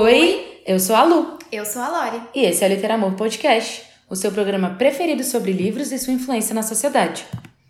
Oi, eu sou a Lu. Eu sou a Lori. E esse é o Literamor Podcast, o seu programa preferido sobre livros e sua influência na sociedade.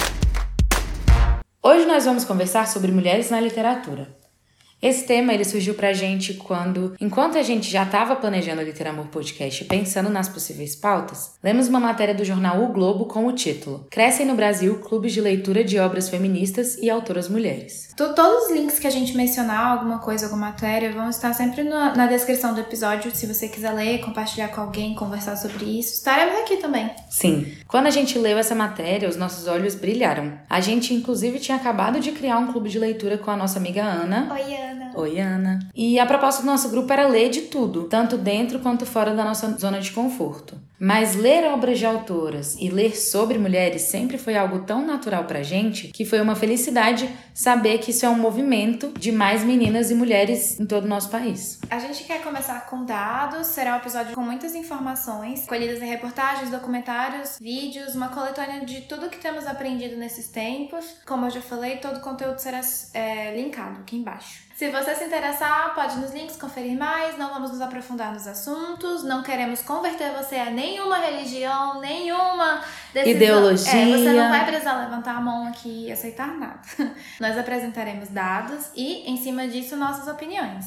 Hoje nós vamos conversar sobre mulheres na literatura. Esse tema ele surgiu pra gente enquanto a gente já estava planejando o Literamor Podcast e pensando nas possíveis pautas, lemos uma matéria do jornal O Globo com o título Crescem no Brasil clubes de leitura de obras feministas e autoras mulheres. Todos os links que a gente mencionar, alguma coisa, alguma matéria, vão estar sempre na descrição do episódio. Se você quiser ler, compartilhar com alguém, conversar sobre isso, estaremos aqui também. Sim. Quando a gente leu essa matéria, os nossos olhos brilharam. A gente, inclusive, tinha acabado de criar um clube de leitura com a nossa amiga Ana. Oi, Ana. Oi, Ana. E a proposta do nosso grupo era ler de tudo, tanto dentro quanto fora da nossa zona de conforto. Mas ler obras de autoras e ler sobre mulheres sempre foi algo tão natural pra gente que foi uma felicidade saber que isso é um movimento de mais meninas e mulheres em todo o nosso país. A gente quer começar com dados, será um episódio com muitas informações, colhidas em reportagens, documentários, vídeos, uma coletânea de tudo que temos aprendido nesses tempos. Como eu já falei, todo o conteúdo será linkado aqui embaixo. Se você se interessar, pode ir nos links conferir mais, não vamos nos aprofundar nos assuntos, não queremos converter você a nenhuma religião, nenhuma decisão. Ideologia. Você não vai precisar levantar a mão aqui e aceitar nada. Nós apresentaremos dados e, em cima disso, nossas opiniões.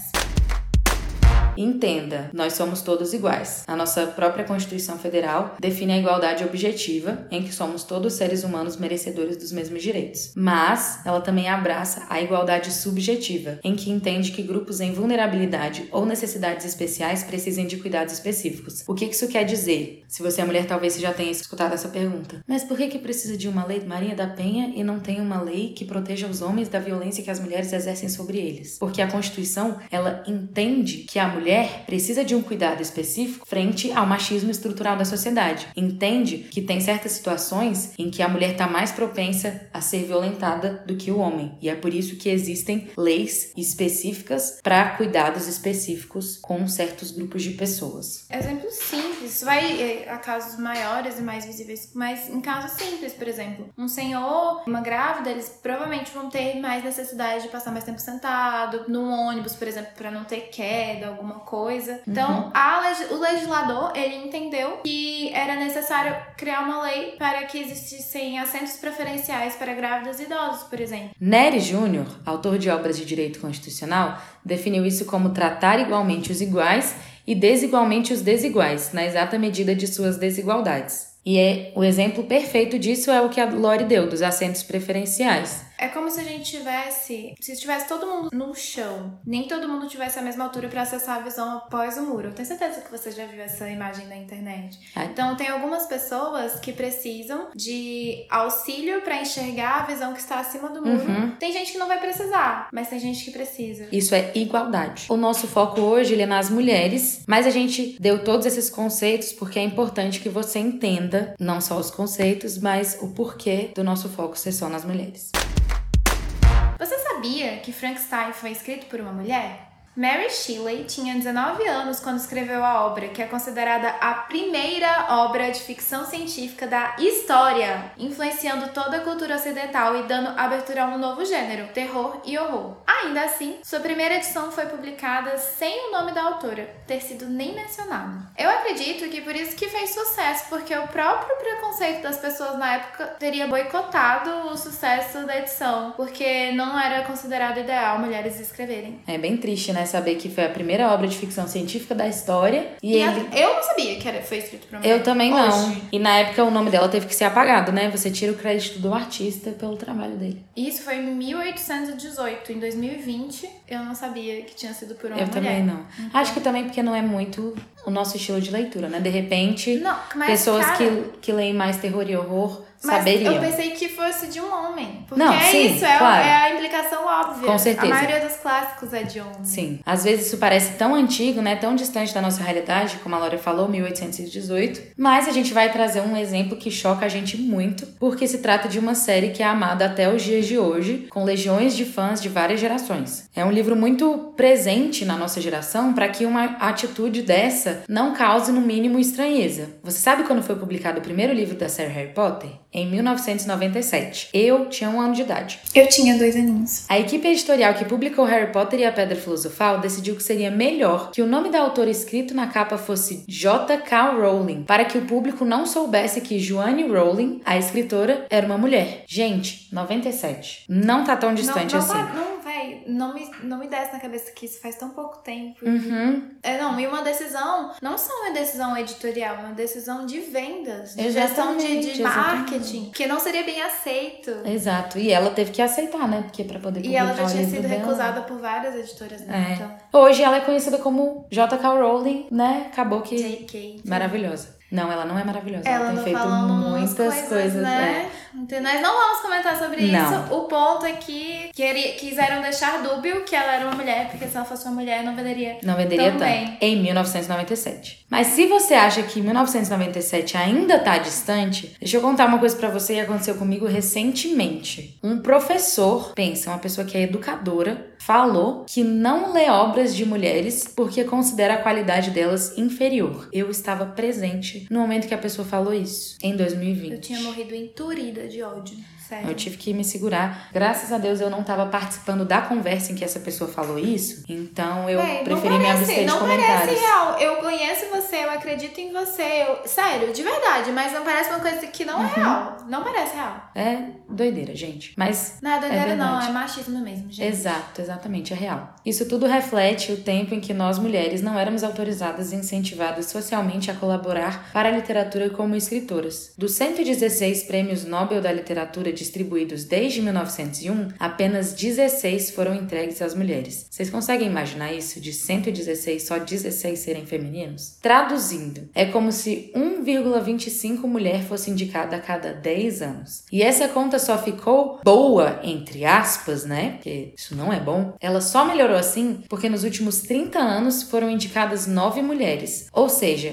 Entenda, nós somos todos iguais. A nossa própria Constituição Federal define a igualdade objetiva, em que somos todos seres humanos merecedores dos mesmos direitos. Mas ela também abraça a igualdade subjetiva, em que entende que grupos em vulnerabilidade ou necessidades especiais precisem de cuidados específicos. O que isso quer dizer? Se você é mulher, talvez você já tenha escutado essa pergunta. Mas por que precisa de uma lei Maria da Penha e não tem uma lei que proteja os homens da violência que as mulheres exercem sobre eles? Porque a Constituição, ela entende que a mulher precisa de um cuidado específico frente ao machismo estrutural da sociedade. Entende que tem certas situações em que a mulher está mais propensa a ser violentada do que o homem. E é por isso que existem leis específicas para cuidados específicos com certos grupos de pessoas. Exemplos simples. Isso vai a casos maiores e mais visíveis, mas em casos simples, por exemplo, um senhor, uma grávida, eles provavelmente vão ter mais necessidade de passar mais tempo sentado, no ônibus, por exemplo, para não ter queda, alguma coisa. Então, o legislador, ele entendeu que era necessário criar uma lei para que existissem assentos preferenciais para grávidas e idosos, por exemplo. Nery Júnior, autor de obras de direito constitucional, definiu isso como tratar igualmente os iguais e desigualmente os desiguais, na exata medida de suas desigualdades. E o exemplo perfeito disso é o que a Lori deu, dos assentos preferenciais. É como se a gente se estivesse todo mundo no chão, nem todo mundo tivesse a mesma altura para acessar a visão após o muro. Eu tenho certeza que você já viu essa imagem na internet. Então, tem algumas pessoas que precisam de auxílio para enxergar a visão que está acima do muro. Tem gente que não vai precisar, mas tem gente que precisa. Isso é igualdade. O nosso foco hoje ele é nas mulheres, mas a gente deu todos esses conceitos porque é importante que você entenda não só os conceitos, mas o porquê do nosso foco ser só nas mulheres. Você sabia que Frankenstein foi escrito por uma mulher? Mary Shelley tinha 19 anos quando escreveu a obra, que é considerada a primeira obra de ficção científica da história, influenciando toda a cultura ocidental e dando abertura a um novo gênero, terror e horror. Ainda assim, sua primeira edição foi publicada sem o nome da autora ter sido nem mencionado. Eu acredito que por isso que fez sucesso, porque o próprio preconceito das pessoas na época teria boicotado o sucesso da edição, porque não era considerado ideal mulheres escreverem. É bem triste, né? Saber que foi a primeira obra de ficção científica da história. Eu não sabia que foi escrito por uma mulher. Eu também não. E na época o nome dela teve que ser apagado, né? Você tira o crédito do artista pelo trabalho dele. Isso foi em 1818. Em 2020, eu não sabia que tinha sido por uma mulher. Eu também não. Então... Acho que também porque não é muito o nosso estilo de leitura, né? De repente, pessoas que leem mais terror e horror saberiam. Eu pensei que fosse de um homem. Porque não, sim, isso, claro. É a implicação óbvia. Com certeza. A maioria dos clássicos é de homem. Sim. Às vezes isso parece tão antigo, né? Tão distante da nossa realidade, como a Laura falou, 1818. Mas a gente vai trazer um exemplo que choca a gente muito, porque se trata de uma série que é amada até os dias de hoje, com legiões de fãs de várias gerações. É um livro muito presente na nossa geração para que uma atitude dessa conversa não cause no mínimo estranheza. Você sabe quando foi publicado o primeiro livro da série Harry Potter? Em 1997. Eu tinha 1 ano de idade. Eu tinha 2 aninhos. A equipe editorial que publicou Harry Potter e a Pedra Filosofal decidiu que seria melhor que o nome da autora escrito na capa fosse J.K. Rowling, para que o público não soubesse que Joanne Rowling, a escritora, era uma mulher. Gente, 97. Não tá tão distante assim. Não me desce na cabeça que isso faz tão pouco tempo. E uma decisão, não só uma decisão editorial, uma decisão de vendas, de exatamente, gestão de marketing, que não seria bem aceito. Exato, e ela teve que aceitar, né? Porque pra poder publicar e ela já tinha sido dela, recusada por várias editoras, né? Então... Hoje ela é conhecida como J.K. Rowling, né? Acabou que... J.K. Maravilhosa. Não, ela não é maravilhosa. Ela tem feito muitas coisas, né? Então, nós não vamos comentar sobre isso. O ponto é que quiseram deixar dúbio que ela era uma mulher, porque se ela fosse uma mulher, não venderia tão bem. Em 1997. Mas se você acha que 1997 ainda tá distante, deixa eu contar uma coisa pra você que aconteceu comigo recentemente. Um professor, uma pessoa que é educadora, falou que não lê obras de mulheres porque considera a qualidade delas inferior. Eu estava presente no momento que a pessoa falou isso, em 2020. Eu tinha morrido enturida de ódio. Sério. Eu tive que me segurar. Graças a Deus eu não estava participando da conversa em que essa pessoa falou isso. Então eu preferi me abster de comentários. Não parece real. Eu conheço você, eu acredito em você. Sério, de verdade. Mas não parece uma coisa que não é real. Não parece real. É doideira, gente. Mas não é doideira não, é machismo mesmo, gente. Exato, exatamente, é real. Isso tudo reflete o tempo em que nós mulheres não éramos autorizadas e incentivadas socialmente a colaborar para a literatura como escritoras. Dos 116 prêmios Nobel da Literatura distribuídos desde 1901, apenas 16 foram entregues às mulheres. Vocês conseguem imaginar isso? De 116, só 16 serem femininos? Traduzindo, é como se 1,25 mulher fosse indicada a cada 10 anos. E essa conta só ficou boa, entre aspas, né? Porque isso não é bom. Ela só melhorou assim porque nos últimos 30 anos foram indicadas 9 mulheres. Ou seja,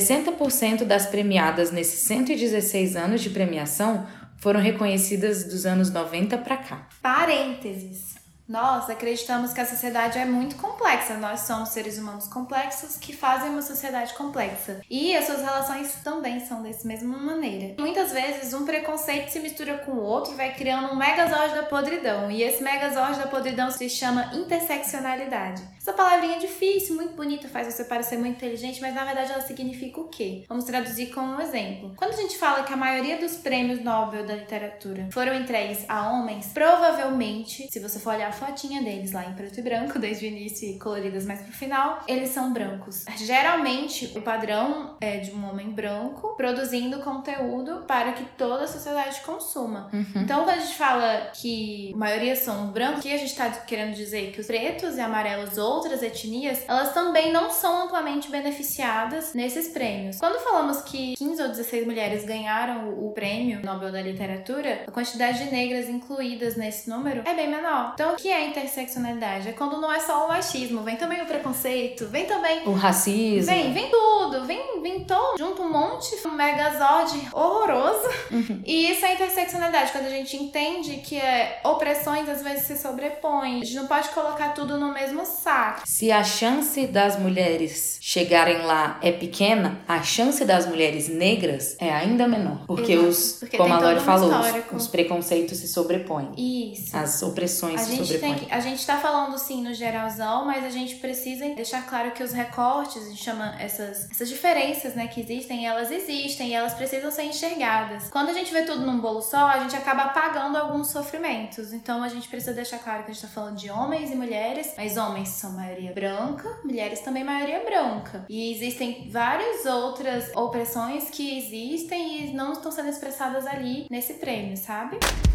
60% das premiadas nesses 116 anos de premiação foram reconhecidas dos anos 90 pra cá. Parênteses. Nós acreditamos que a sociedade é muito complexa. Nós somos seres humanos complexos que fazem uma sociedade complexa. E as suas relações também são dessa mesma maneira. Muitas vezes um preconceito se mistura com o outro e vai criando um megazord da podridão. E esse megazord da podridão se chama interseccionalidade. Essa palavrinha é difícil, muito bonita, faz você parecer muito inteligente, mas na verdade ela significa o quê? Vamos traduzir com um exemplo. Quando a gente fala que a maioria dos prêmios Nobel da literatura foram entregues a homens, provavelmente, se você for olhar a fotinha deles lá em preto e branco, desde o início e coloridas mais pro final, eles são brancos. Geralmente, o padrão é de um homem branco produzindo conteúdo para que toda a sociedade consuma. Então, quando a gente fala que a maioria são brancos, o que a gente tá querendo dizer? Que os pretos e amarelos, outras etnias, elas também não são amplamente beneficiadas nesses prêmios. Quando falamos que 15 ou 16 mulheres ganharam o prêmio Nobel da Literatura, a quantidade de negras incluídas nesse número é bem menor. Então, o que é interseccionalidade? É quando não é só o machismo, vem também o preconceito, vem também o racismo. Vem tudo, vem todo junto um monte, um megazord horroroso. E isso é interseccionalidade, quando a gente entende que opressões às vezes se sobrepõem. A gente não pode colocar tudo no mesmo saco. Se a chance das mulheres chegarem lá é pequena, a chance das mulheres negras é ainda menor. Porque como a Lori falou, os preconceitos se sobrepõem. Isso. As opressões se sobrepõem. A gente tá falando sim no geralzão, mas a gente precisa deixar claro que os recortes, a gente chama essas diferenças, né, que existem, elas existem e elas precisam ser enxergadas. Quando a gente vê tudo num bolo só, a gente acaba apagando alguns sofrimentos. Então a gente precisa deixar claro que a gente tá falando de homens e mulheres, mas homens são maioria branca, mulheres também maioria branca. E existem várias outras opressões que existem e não estão sendo expressadas ali nesse prêmio, sabe?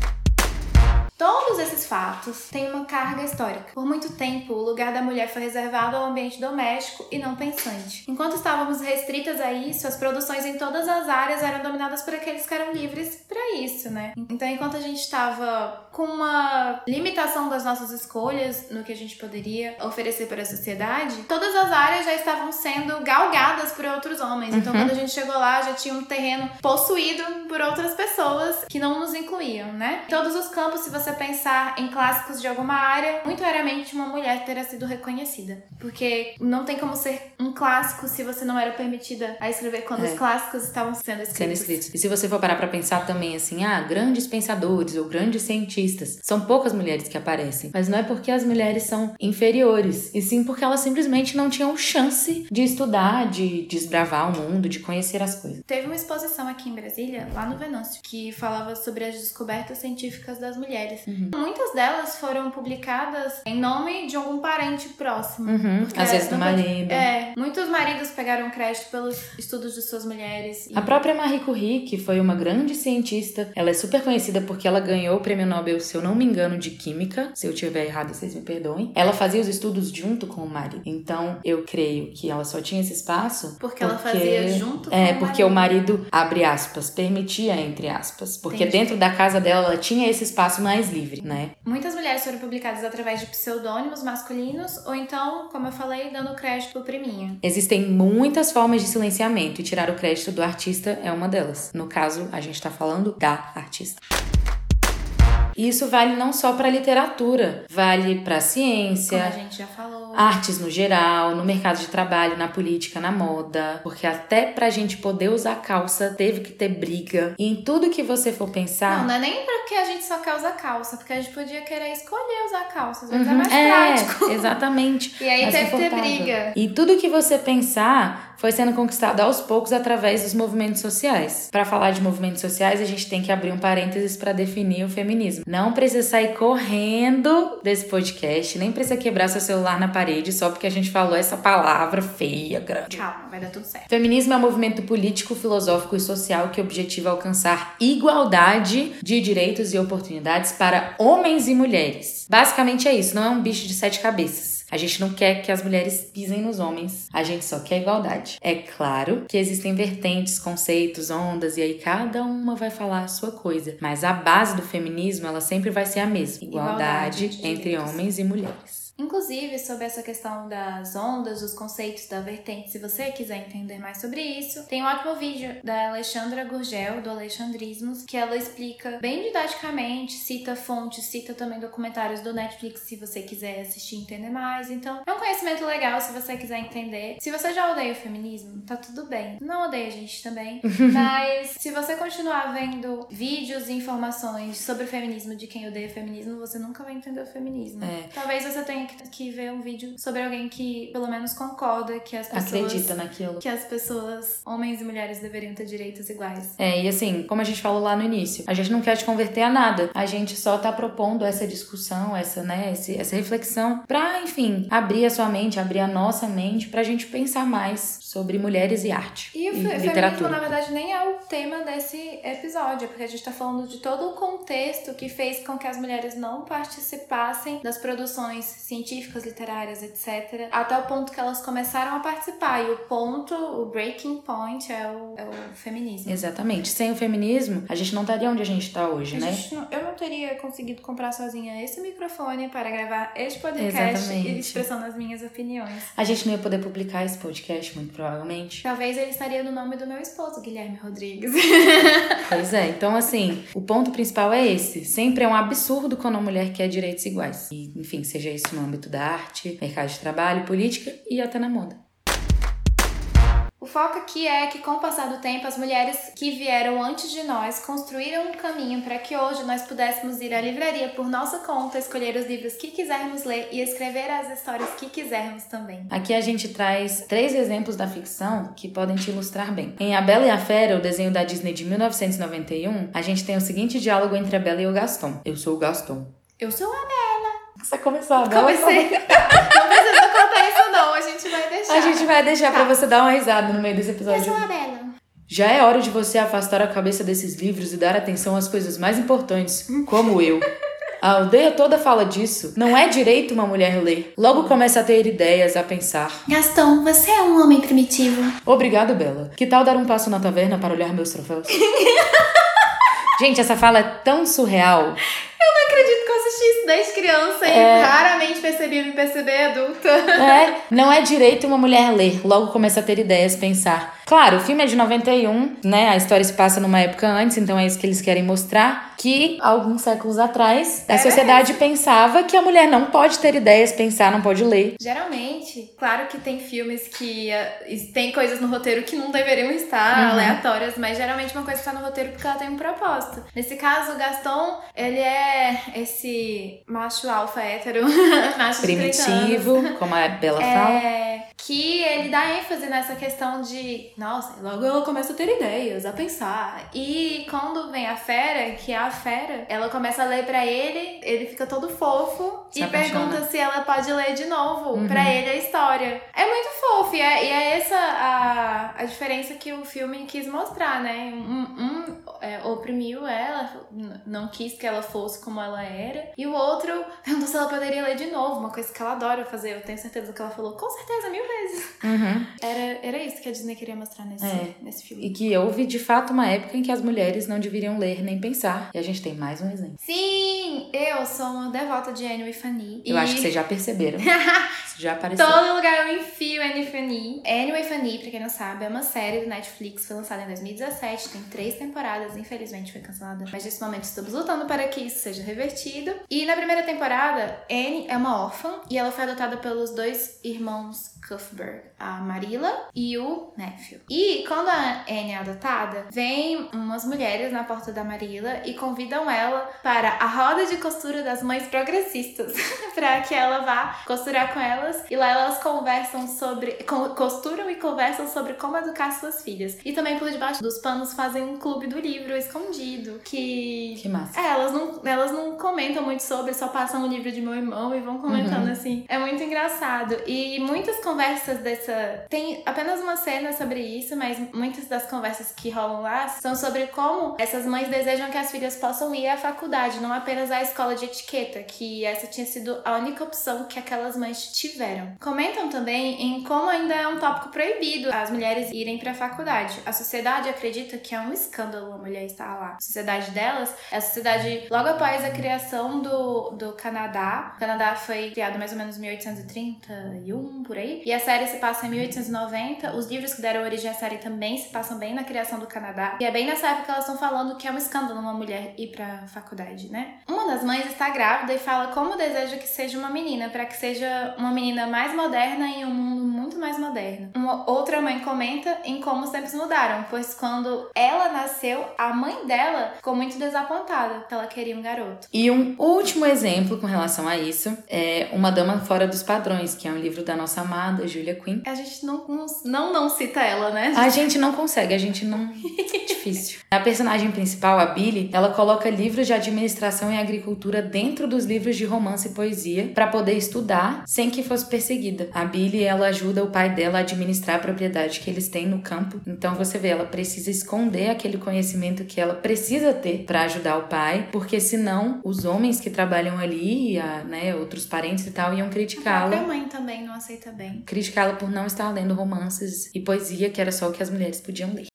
Todos esses fatos têm uma carga histórica. Por muito tempo, o lugar da mulher foi reservado ao ambiente doméstico e não pensante. Enquanto estávamos restritas a isso, as produções em todas as áreas eram dominadas por aqueles que eram livres para isso, né? Então, enquanto a gente estava com uma limitação das nossas escolhas no que a gente poderia oferecer para a sociedade, todas as áreas já estavam sendo galgadas por outros homens. Então, quando a gente chegou lá, já tinha um terreno possuído por outras pessoas que não nos incluíam, né? Em todos os campos, se você pensar em clássicos de alguma área, muito raramente uma mulher terá sido reconhecida. Porque não tem como ser um clássico se você não era permitida a escrever quando os clássicos estavam sendo escritos. E se você for parar pra pensar também assim, grandes pensadores ou grandes cientistas, são poucas mulheres que aparecem. Mas não é porque as mulheres são inferiores, e sim porque elas simplesmente não tinham chance de estudar, de desbravar o mundo, de conhecer as coisas. Teve uma exposição aqui em Brasília, lá no Venâncio, que falava sobre as descobertas científicas das mulheres. Muitas delas foram publicadas em nome de algum parente próximo. Às vezes do marido. Muitos maridos pegaram crédito pelos estudos de suas mulheres. A própria Marie Curie, que foi uma grande cientista, ela é super conhecida porque ela ganhou o prêmio Nobel, se eu não me engano, de Química. Se eu tiver errado, vocês me perdoem. Ela fazia os estudos junto com o marido. Então, eu creio que ela só tinha esse espaço porque ela fazia junto com o marido. Porque o marido, abre aspas, permitia, entre aspas. Porque dentro da casa dela, ela tinha esse espaço mais livre, né? Muitas mulheres foram publicadas através de pseudônimos masculinos, ou então, como eu falei, dando crédito pro priminho. Existem muitas formas de silenciamento e tirar o crédito do artista é uma delas. No caso, a gente tá falando da artista. E isso vale não só para literatura, vale para ciência, como a gente já falou, artes no geral, no mercado de trabalho, na política, na moda, porque até pra gente poder usar calça teve que ter briga. E em tudo que você for pensar... Não é nem porque a gente só quer usar calça, porque a gente podia querer escolher usar calça, às vezes é mais prático. Exatamente. E aí teve que ter briga. E tudo que você pensar foi sendo conquistado aos poucos através dos movimentos sociais. Para falar de movimentos sociais, a gente tem que abrir um parênteses para definir o feminismo. Não precisa sair correndo desse podcast, nem precisa quebrar seu celular na parede só porque a gente falou essa palavra feia, grande. Calma, vai dar tudo certo. Feminismo é um movimento político, filosófico e social que objetiva alcançar igualdade de direitos e oportunidades para homens e mulheres. Basicamente é isso, não é um bicho de 7 cabeças. A gente não quer que as mulheres pisem nos homens, a gente só quer igualdade. É claro que existem vertentes, conceitos, ondas, e aí cada uma vai falar a sua coisa. Mas a base do feminismo, ela sempre vai ser a mesma. Igualdade entre homens e mulheres. Inclusive, sobre essa questão das ondas, dos conceitos da vertente, se você quiser entender mais sobre isso, tem um ótimo vídeo da Alexandra Gurgel, do Alexandrismos, que ela explica bem didaticamente, cita fontes, cita também documentários do Netflix, se você quiser assistir e entender mais. Então, é um conhecimento legal se você quiser entender. Se você já odeia o feminismo, tá tudo bem. Não odeia a gente também. Mas, se você continuar vendo vídeos e informações sobre o feminismo de quem odeia o feminismo, você nunca vai entender o feminismo. Talvez você tenha que ver um vídeo sobre alguém que pelo menos concorda que as pessoas... acredita naquilo. Que as pessoas, homens e mulheres, deveriam ter direitos iguais. E assim, como a gente falou lá no início, a gente não quer te converter a nada. A gente só tá propondo essa discussão, essa reflexão pra, enfim, abrir a sua mente, abrir a nossa mente pra gente pensar mais sobre mulheres e arte. E o feminismo, na verdade, nem é o tema desse episódio, porque a gente tá falando de todo o contexto que fez com que as mulheres não participassem das produções científicas, literárias, etc. Até o ponto que elas começaram a participar. E o breaking point é o feminismo. Exatamente. Sem o feminismo, a gente não estaria onde a gente tá hoje, né? Eu não teria conseguido comprar sozinha esse microfone para gravar este podcast e expressando as minhas opiniões. A gente não ia poder publicar esse podcast, muito provavelmente. Talvez ele estaria no nome do meu esposo, Guilherme Rodrigues. Pois é. Então, assim, o ponto principal é esse. Sempre é um absurdo quando uma mulher quer direitos iguais. E, enfim, seja isso no âmbito da arte, mercado de trabalho, política e até na moda. O foco aqui é que, com o passar do tempo, as mulheres que vieram antes de nós construíram um caminho para que hoje nós pudéssemos ir à livraria por nossa conta, escolher os livros que quisermos ler e escrever as histórias que quisermos também. Aqui a gente traz 3 exemplos da ficção que podem te ilustrar bem. Em A Bela e a Fera, o desenho da Disney de 1991, a gente tem o seguinte diálogo entre a Bela e o Gaston. Eu sou o Gaston. Eu sou a Bela. Você começou a Bela? Comecei. Não precisa contar isso não, a gente vai deixar. A gente vai deixar pra você dar uma risada no meio desse episódio. Eu sou a Bela. Já é hora de você afastar a cabeça desses livros e dar atenção às coisas mais importantes, como eu. A aldeia toda fala disso. Não é direito uma mulher ler. Logo começa a ter ideias, a pensar. Gaston, você é um homem primitivo. Obrigado, Bela. Que tal dar um passo na taverna para olhar meus troféus? Gente, essa fala é tão surreal. Eu não acredito que eu assisti isso desde criança e raramente me perceber adulta. Não é direito uma mulher ler. Logo começa a ter ideias, pensar. Claro, o filme é de 91, né? A história se passa numa época antes, então é isso que eles querem mostrar. Que, alguns séculos atrás, a sociedade pensava que a mulher não pode ter ideias, pensar, não pode ler. Geralmente, claro que tem filmes que tem coisas no roteiro que não deveriam estar, aleatórias, mas geralmente uma coisa está no roteiro porque ela tem um propósito. Nesse caso, o Gaston, ele é esse macho alfa hétero, macho primitivo, de como a Bella fala. Que ele dá ênfase nessa questão de, nossa, logo ela começa a ter ideias, a pensar. E quando vem a fera, que é a fera, ela começa a ler pra ele fica todo fofo e pergunta se ela pode ler de novo pra ele a história. É muito fofo, e é essa a diferença que o filme quis mostrar, né? Oprimiu ela, não quis que ela fosse como ela era, e o outro perguntou se ela poderia ler de novo, uma coisa que ela adora fazer, eu tenho certeza que ela falou, com certeza, 1000 vezes. Era isso que a Disney queria mostrar nesse filme. E que houve, de fato, uma época em que as mulheres não deveriam ler nem pensar. E a gente tem mais um exemplo. Sim! Eu sou uma devota de Annie e Fanny. Eu acho que vocês já perceberam. Isso já apareceu. Todo lugar eu enfio Annie e Fanny. Annie e Fanny, pra quem não sabe, é uma série do Netflix, foi lançada em 2017, tem 3 temporadas, infelizmente foi cancelada. Mas nesse momento estamos lutando para que isso seja revertido. E na primeira temporada, Annie é uma órfã e ela foi adotada pelos 2 irmãos Cuthbert, a Marilla e o Nephew. E quando a Annie é adotada, vem umas mulheres na porta da Marilla e convidam ela para a roda de costura das mães progressistas, para que ela vá costurar com elas. E lá elas conversam costuram e conversam sobre como educar suas filhas. E também por debaixo dos panos fazem um clube do livro escondido, que massa. Elas não comentam muito sobre, só passam o livro de meu irmão e vão comentando assim. É muito engraçado. E muitas conversas tem apenas uma cena sobre isso, mas muitas das conversas que rolam lá são sobre como essas mães desejam que as filhas possam ir à faculdade, não apenas à escola de etiqueta, que essa tinha sido a única opção que aquelas mães tiveram. Comentam também em como ainda é um tópico proibido as mulheres irem pra faculdade. A sociedade acredita que é um escândalo a mulher estar lá. A sociedade delas é a sociedade logo após a criação do Canadá. O Canadá foi criado mais ou menos em 1831, por aí. E a série se passa em 1890. Os livros que deram origem à série também se passam bem na criação do Canadá. E é bem nessa época que elas estão falando que é um escândalo uma mulher ir pra faculdade, né? Uma das mães está grávida e fala como deseja que seja uma menina, para que seja uma menina mais moderna em um mundo muito mais moderno. Uma outra mãe comenta em como os tempos mudaram, pois quando ela nasceu, a mãe dela ficou muito desapontada, porque ela queria um garoto. E um último exemplo com relação a isso é Uma Dama Fora dos Padrões, que é um livro da nossa amada Julia Quinn. A gente não cita ela, né? A gente não consegue, difícil. A personagem principal, a Billy, ela coloca livros de administração e agricultura dentro dos livros de romance e poesia para poder estudar sem que fosse perseguida. A Billy, ela ajuda o pai dela a administrar a propriedade que eles têm no campo. Então você vê, ela precisa esconder aquele conhecimento que ela precisa ter para ajudar o pai, porque senão os homens que trabalham ali, outros parentes e tal, iam criticá-la. A própria mãe também não aceita bem. Criticá-la por não estar lendo romances e poesia, que era só o que as mulheres podiam ler.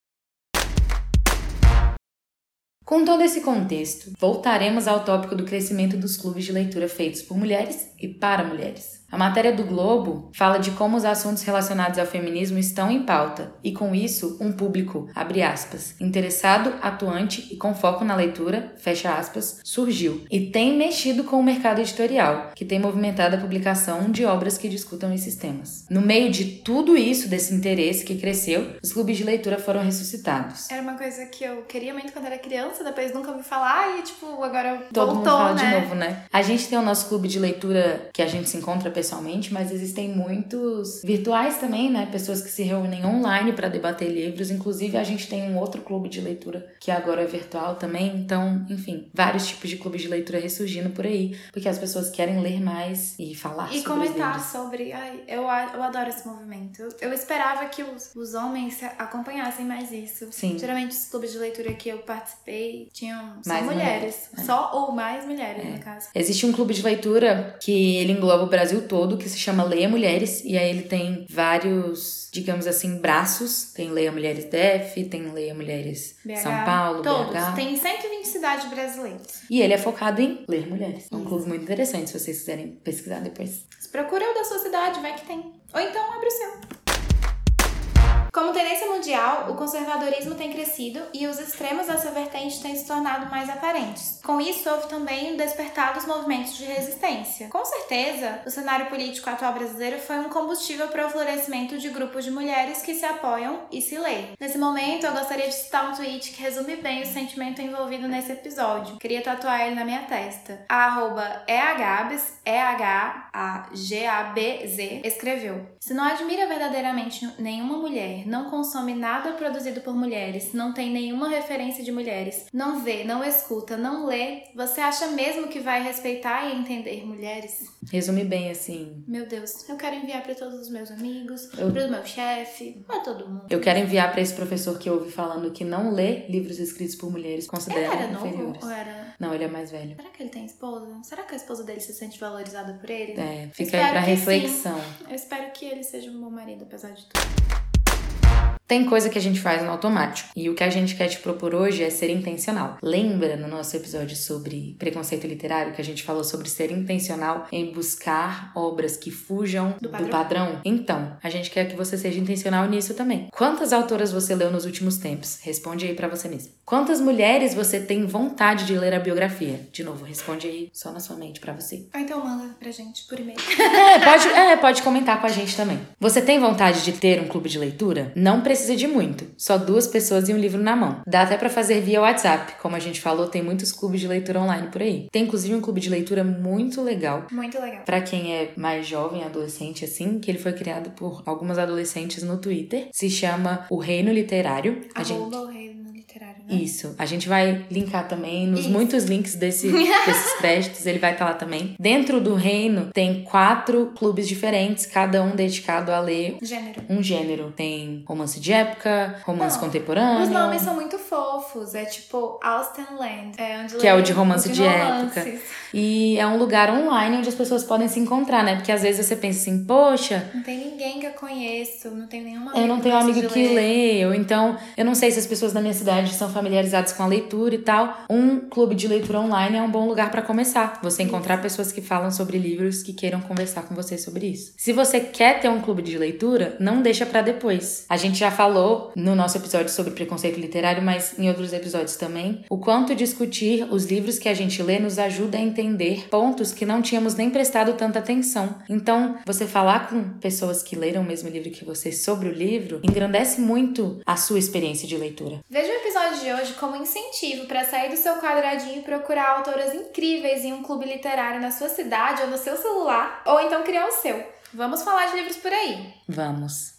Com todo esse contexto, voltaremos ao tópico do crescimento dos clubes de leitura feitos por mulheres e para mulheres. A matéria do Globo fala de como os assuntos relacionados ao feminismo estão em pauta e, com isso, um público, abre aspas, interessado, atuante e com foco na leitura, fecha aspas, surgiu e tem mexido com o mercado editorial, que tem movimentado a publicação de obras que discutam esses temas. No meio de tudo isso, desse interesse que cresceu, os clubes de leitura foram ressuscitados. Era uma coisa que eu queria muito quando era criança, depois nunca ouvi falar e, agora todo voltou, mundo fala né? de novo, né? A gente tem o nosso clube de leitura que a gente se encontra pessoalmente, mas existem muitos virtuais também, né? Pessoas que se reúnem online para debater livros. Inclusive, a gente tem um outro clube de leitura que agora é virtual também. Então, enfim, vários tipos de clubes de leitura ressurgindo por aí, porque as pessoas querem ler mais e falar e sobre comentar os livros. sobre... eu adoro esse movimento. Eu esperava que os homens acompanhassem mais isso. Sim. Geralmente, os clubes de leitura que eu participei tinham só mais mulheres. É. Só ou mais mulheres, no caso. Existe um clube de leitura que ele engloba o Brasil todo, que se chama Leia Mulheres, e aí ele tem vários, digamos assim, braços. Tem Leia Mulheres DF, tem Leia Mulheres BH, São Paulo, todos. BH. Tem 120 cidades brasileiras. E ele é focado em ler mulheres. É um clube muito interessante, se vocês quiserem pesquisar depois. Procura o da sua cidade, vai que tem. Ou então abre o seu. Como tendência mundial, o conservadorismo tem crescido e os extremos dessa vertente têm se tornado mais aparentes. Com isso, houve também um despertar dos movimentos de resistência. Com certeza, o cenário político atual brasileiro foi um combustível para o florescimento de grupos de mulheres que se apoiam e se leem. Nesse momento, eu gostaria de citar um tweet que resume bem o sentimento envolvido nesse episódio. Queria tatuar ele na minha testa. A @EHAGABZ escreveu: se não admira verdadeiramente nenhuma mulher, não consome nada produzido por mulheres, não tem nenhuma referência de mulheres, não vê, não escuta, não lê, você acha mesmo que vai respeitar e entender mulheres? Resume bem, assim. Meu Deus, eu quero enviar pra todos os meus amigos, pro meu chefe, pra todo mundo. Eu quero enviar pra esse professor que ouve falando que não lê livros escritos por mulheres, considera inferiores. Novo ou era... Não, ele é mais velho. Será que ele tem esposa? Será que a esposa dele se sente valorizada por ele? Fica aí pra reflexão. Sim. Eu espero que ele seja um bom marido, apesar de tudo. Tem coisa que a gente faz no automático. E o que a gente quer te propor hoje é ser intencional. Lembra no nosso episódio sobre preconceito literário que a gente falou sobre ser intencional em buscar obras que fujam do padrão? Então, a gente quer que você seja intencional nisso também. Quantas autoras você leu nos últimos tempos? Responde aí pra você mesmo. Quantas mulheres você tem vontade de ler a biografia? De novo, responde aí só na sua mente pra você. Ou então manda pra gente por e-mail. Pode comentar com a gente também. Você tem vontade de ter um clube de leitura? Não precisa de muito. Só 2 pessoas e um livro na mão. Dá até pra fazer via WhatsApp. Como a gente falou, tem muitos clubes de leitura online por aí. Tem inclusive um clube de leitura muito legal. Muito legal. Pra quem é mais jovem, adolescente, assim, que ele foi criado por algumas adolescentes no Twitter. Se chama O Reino Literário. O Reino Literário, né? Isso. A gente vai linkar também nos muitos links desses créditos. Ele vai estar lá também. Dentro do Reino tem 4 clubes diferentes, cada um dedicado a ler um gênero. Tem romance de época, romance contemporâneo. Os nomes são muito fofos. É tipo Austen Land. Que é o de romance de época. E é um lugar online onde as pessoas podem se encontrar, né? Porque às vezes você pensa assim, poxa... Não tem ninguém que eu conheço, não tenho nenhuma amiga. Eu não tenho amigo que lê. Ou então, eu não sei se as pessoas da minha cidade são familiarizadas com a leitura e tal. Um clube de leitura online é um bom lugar pra começar. Você encontrar pessoas que falam sobre livros que queiram conversar com você sobre isso. Se você quer ter um clube de leitura, não deixa pra depois. A gente já falou no nosso episódio sobre preconceito literário, mas em outros episódios também, o quanto discutir os livros que a gente lê nos ajuda a entender pontos que não tínhamos nem prestado tanta atenção. Então, você falar com pessoas que leram o mesmo livro que você sobre o livro, engrandece muito a sua experiência de leitura. Veja o episódio de hoje como incentivo para sair do seu quadradinho e procurar autoras incríveis em um clube literário na sua cidade ou no seu celular, ou então criar o seu. Vamos falar de livros por aí. Vamos!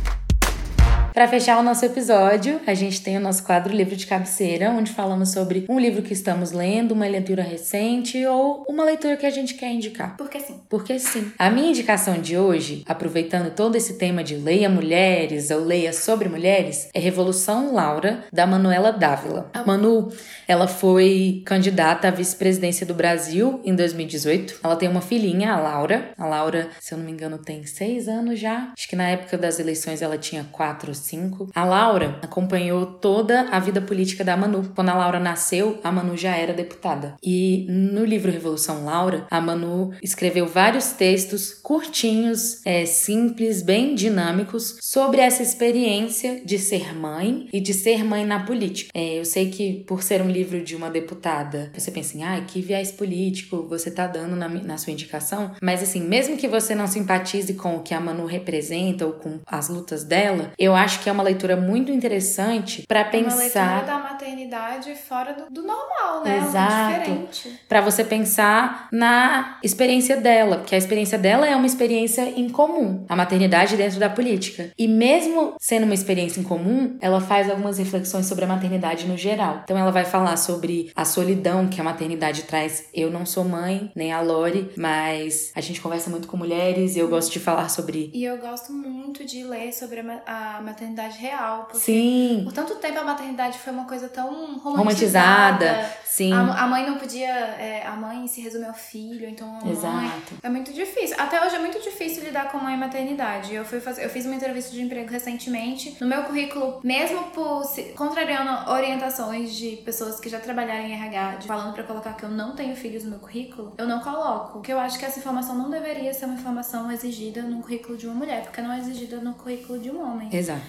Para fechar o nosso episódio, a gente tem o nosso quadro Livro de Cabeceira, onde falamos sobre um livro que estamos lendo, uma leitura recente ou uma leitura que a gente quer indicar. Porque sim. Porque sim. A minha indicação de hoje, aproveitando todo esse tema de leia mulheres ou leia sobre mulheres, é Revolução Laura, da Manuela Dávila. A Manu, ela foi candidata à vice-presidência do Brasil em 2018. Ela tem uma filhinha, a Laura. A Laura, se eu não me engano, tem 6 anos já. Acho que na época das eleições ela tinha 4 ou 5. A Laura acompanhou toda a vida política da Manu. Quando a Laura nasceu, a Manu já era deputada. E no livro Revolução Laura, a Manu escreveu vários textos curtinhos, simples, bem dinâmicos, sobre essa experiência de ser mãe e de ser mãe na política. Eu sei que por ser um livro de uma deputada, você pensa assim, que viés político você tá dando na sua indicação, mas assim, mesmo que você não simpatize com o que a Manu representa ou com as lutas dela, eu acho que é uma leitura muito interessante para pensar... uma leitura da maternidade fora do normal, né? Exato. Diferente. Para você pensar na experiência dela, porque a experiência dela é uma experiência em comum, a maternidade dentro da política. E mesmo sendo uma experiência em comum, ela faz algumas reflexões sobre a maternidade no geral. Então ela vai falar sobre a solidão que a maternidade traz. Eu não sou mãe, nem a Lori, mas a gente conversa muito com mulheres e eu gosto de falar sobre... E eu gosto muito de ler sobre a maternidade real, porque sim, por tanto tempo a maternidade foi uma coisa tão romantizada. Sim. A mãe não podia, a mãe se resume ao filho, então a Exato. Mãe é muito difícil. Até hoje é muito difícil lidar com mãe e maternidade. Eu fiz uma entrevista de emprego recentemente. No meu currículo, mesmo contrariando orientações de pessoas que já trabalharam em RH, falando pra colocar que eu não tenho filhos no meu currículo, eu não coloco. Porque eu acho que essa informação não deveria ser uma informação exigida no currículo de uma mulher, porque não é exigida no currículo de um homem. Exato.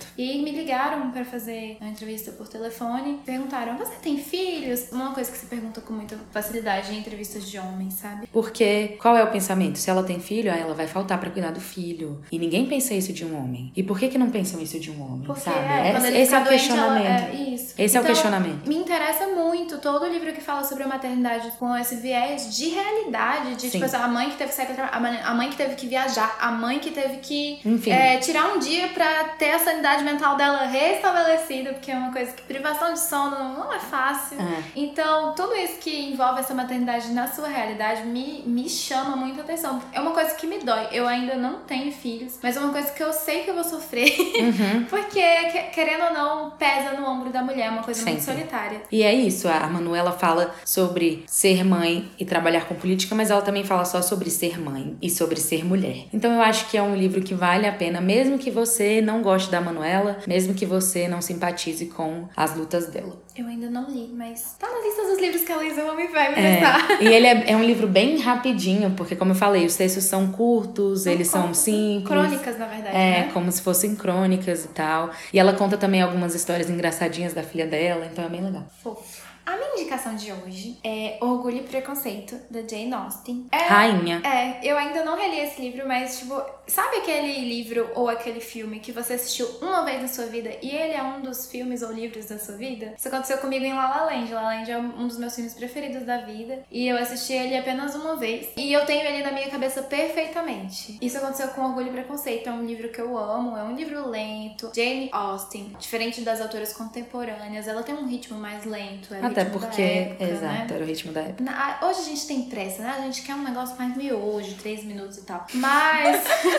Certo. E me ligaram pra fazer uma entrevista por telefone. Perguntaram, você tem filhos? Uma coisa que se pergunta com muita facilidade em entrevistas de homens, sabe? Porque qual é o pensamento? Se ela tem filho, ela vai faltar pra cuidar do filho. E ninguém pensa isso de um homem. E por que não pensam isso de um homem, porque, sabe? Quando ele Esse é o doente, questionamento. Isso. Esse é o questionamento. Me interessa muito todo livro que fala sobre a maternidade com esse viés de realidade, de tipo assim, a mãe que teve que sair pra trabalhar, a mãe que teve que viajar, a mãe que teve que tirar um dia pra ter a sanidade mental dela restabelecida, porque é uma coisa que privação de sono não é fácil. Então, tudo isso que envolve essa maternidade na sua realidade me chama muita atenção. É uma coisa que me dói. Eu ainda não tenho filhos, mas é uma coisa que eu sei que eu vou sofrer. Porque, querendo ou não, pesa no ombro da mulher. É uma coisa muito solitária. E é isso. A Manuela fala sobre ser mãe e trabalhar com política, mas ela também fala só sobre ser mãe e sobre ser mulher. Então eu acho que é um livro que vale a pena, mesmo que você não goste da Manuela, mesmo que você não simpatize com as lutas dela. Eu ainda não li, mas tá na lista dos livros que a Luísa vai me prestar. E ele é um livro bem rapidinho, porque como eu falei, os textos são curtos, eles são simples. Crônicas, na verdade, né? Como se fossem crônicas e tal. E ela conta também algumas histórias engraçadinhas da filha dela, então é bem legal. Fofo. A minha indicação de hoje é Orgulho e Preconceito, da Jane Austen. Rainha. Eu ainda não reli esse livro, mas, tipo, sabe aquele livro ou aquele filme que você assistiu uma vez na sua vida e ele é um dos filmes ou livros da sua vida? Isso aconteceu comigo em La La Land. La La Land é um dos meus filmes preferidos da vida e eu assisti ele apenas uma vez e eu tenho ele na minha cabeça perfeitamente. Isso aconteceu com Orgulho e Preconceito, é um livro que eu amo, é um livro lento. Jane Austen, diferente das autoras contemporâneas, ela tem um ritmo mais lento. Até porque, época, exato, né? Era o ritmo da época. Hoje a gente tem pressa, né? A gente quer um negócio mais miojo, 3 minutos e tal. Mas...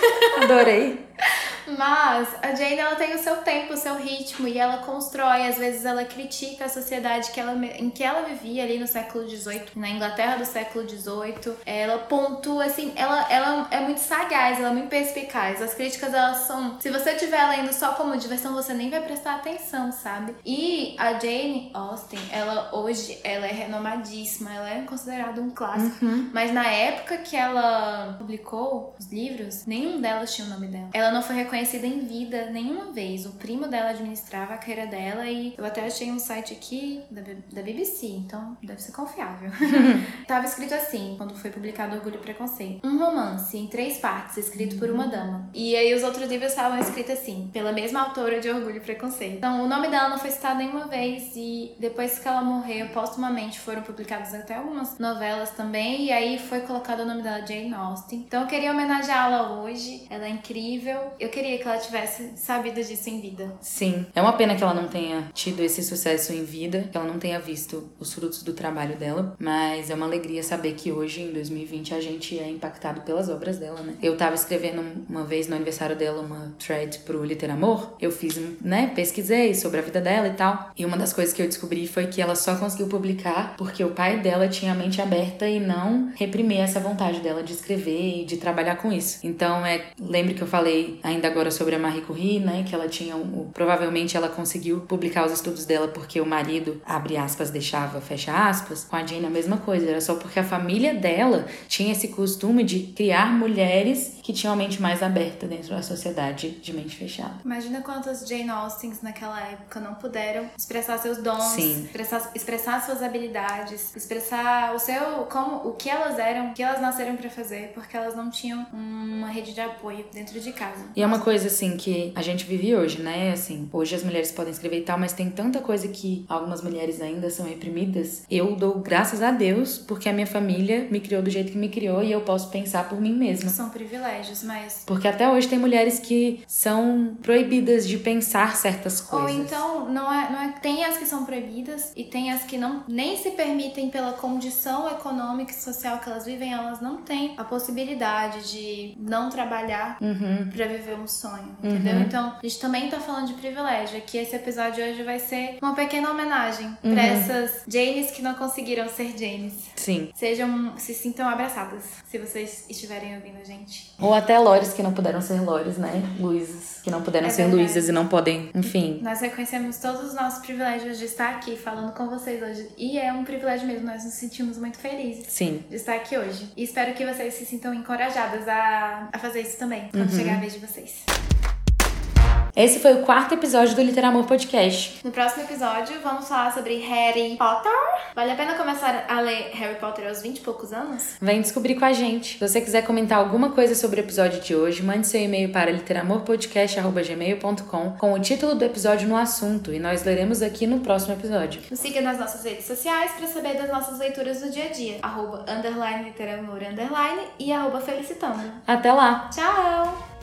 Adorei. Mas a Jane, ela tem o seu tempo, o seu ritmo, e ela constrói, às vezes ela critica a sociedade em que ela vivia ali no século XVIII, na Inglaterra do século XVIII. Ela pontua, assim, ela é muito sagaz, ela é muito perspicaz. As críticas, elas são... Se você estiver lendo só como diversão, você nem vai prestar atenção, sabe? E a Jane Austen, hoje ela é renomadíssima, ela é considerada um clássico. Mas na época que ela publicou os livros, nenhum delas tinha o nome dela. Ela não foi reconhecida em vida nenhuma vez. O primo dela administrava a carreira dela e eu até achei um site aqui da BBC, então deve ser confiável. Tava escrito assim, quando foi publicado Orgulho e Preconceito: um romance em 3 partes, escrito por uma dama. E aí os outros livros estavam escritos assim, pela mesma autora de Orgulho e Preconceito. Então o nome dela não foi citado nenhuma vez e depois que ela morreu, póstumamente foram publicadas até algumas novelas também, e aí foi colocado o nome dela, Jane Austen. Então eu queria homenageá-la hoje, ela é incrível. Eu queria que ela tivesse sabido disso em vida. Sim. É uma pena que ela não tenha tido esse sucesso em vida, que ela não tenha visto os frutos do trabalho dela, mas é uma alegria saber que hoje, em 2020, a gente é impactado pelas obras dela, né? Eu tava escrevendo uma vez no aniversário dela uma thread pro Literamor, eu fiz, pesquisei sobre a vida dela e tal, e uma das coisas que eu descobri foi que ela só conseguiu publicar porque o pai dela tinha a mente aberta e não reprimir essa vontade dela de escrever e de trabalhar com isso. Então, lembre que eu falei ainda agora sobre a Marie Curie, né, que ela tinha provavelmente ela conseguiu publicar os estudos dela porque o marido, abre aspas, deixava, fecha aspas. Com a Jane a mesma coisa, era só porque a família dela tinha esse costume de criar mulheres que tinham a mente mais aberta dentro da sociedade de mente fechada. Imagina quantas Jane Austens naquela época não puderam expressar seus dons, expressar suas habilidades, expressar o que elas eram, o que elas nasceram pra fazer, porque elas não tinham uma rede de apoio dentro de casa. E é uma coisa, assim, que a gente vive hoje, né? Assim, hoje as mulheres podem escrever e tal, mas tem tanta coisa que algumas mulheres ainda são reprimidas. Eu dou graças a Deus porque a minha família me criou do jeito que me criou e eu posso pensar por mim mesma. São privilégios, mas... Porque até hoje tem mulheres que são proibidas de pensar certas coisas. Ou então, não é... Tem as que são proibidas e tem as que não nem se permitem pela condição econômica e social que elas vivem, elas não têm a possibilidade de não trabalhar pra viver um sonho, entendeu? Então, a gente também tá falando de privilégio. Aqui esse episódio hoje vai ser uma pequena homenagem pra essas Janes que não conseguiram ser Janes. Sim. Se sintam abraçadas, se vocês estiverem ouvindo a gente. Ou até Lores que não puderam ser Lores, né? Luísas que não puderam ser verdade. Luísas e não podem, enfim. Nós reconhecemos todos os nossos privilégios de estar aqui falando com vocês hoje. E é um privilégio mesmo, nós nos sentimos muito felizes. Sim. De estar aqui hoje. E espero que vocês se sintam encorajadas a fazer isso também, quando chegar a vez de vocês. Esse foi o 4º episódio do Literamor Podcast. No próximo episódio, vamos falar sobre Harry Potter. Vale a pena começar a ler Harry Potter aos 20 e poucos anos? Vem descobrir com a gente. Se você quiser comentar alguma coisa sobre o episódio de hoje, mande seu e-mail para literamorpodcast@gmail.com com o título do episódio no assunto e nós leremos aqui no próximo episódio. Nos siga nas nossas redes sociais para saber das nossas leituras do dia a dia. @_literamor_ e @felicitando. Até lá! Tchau!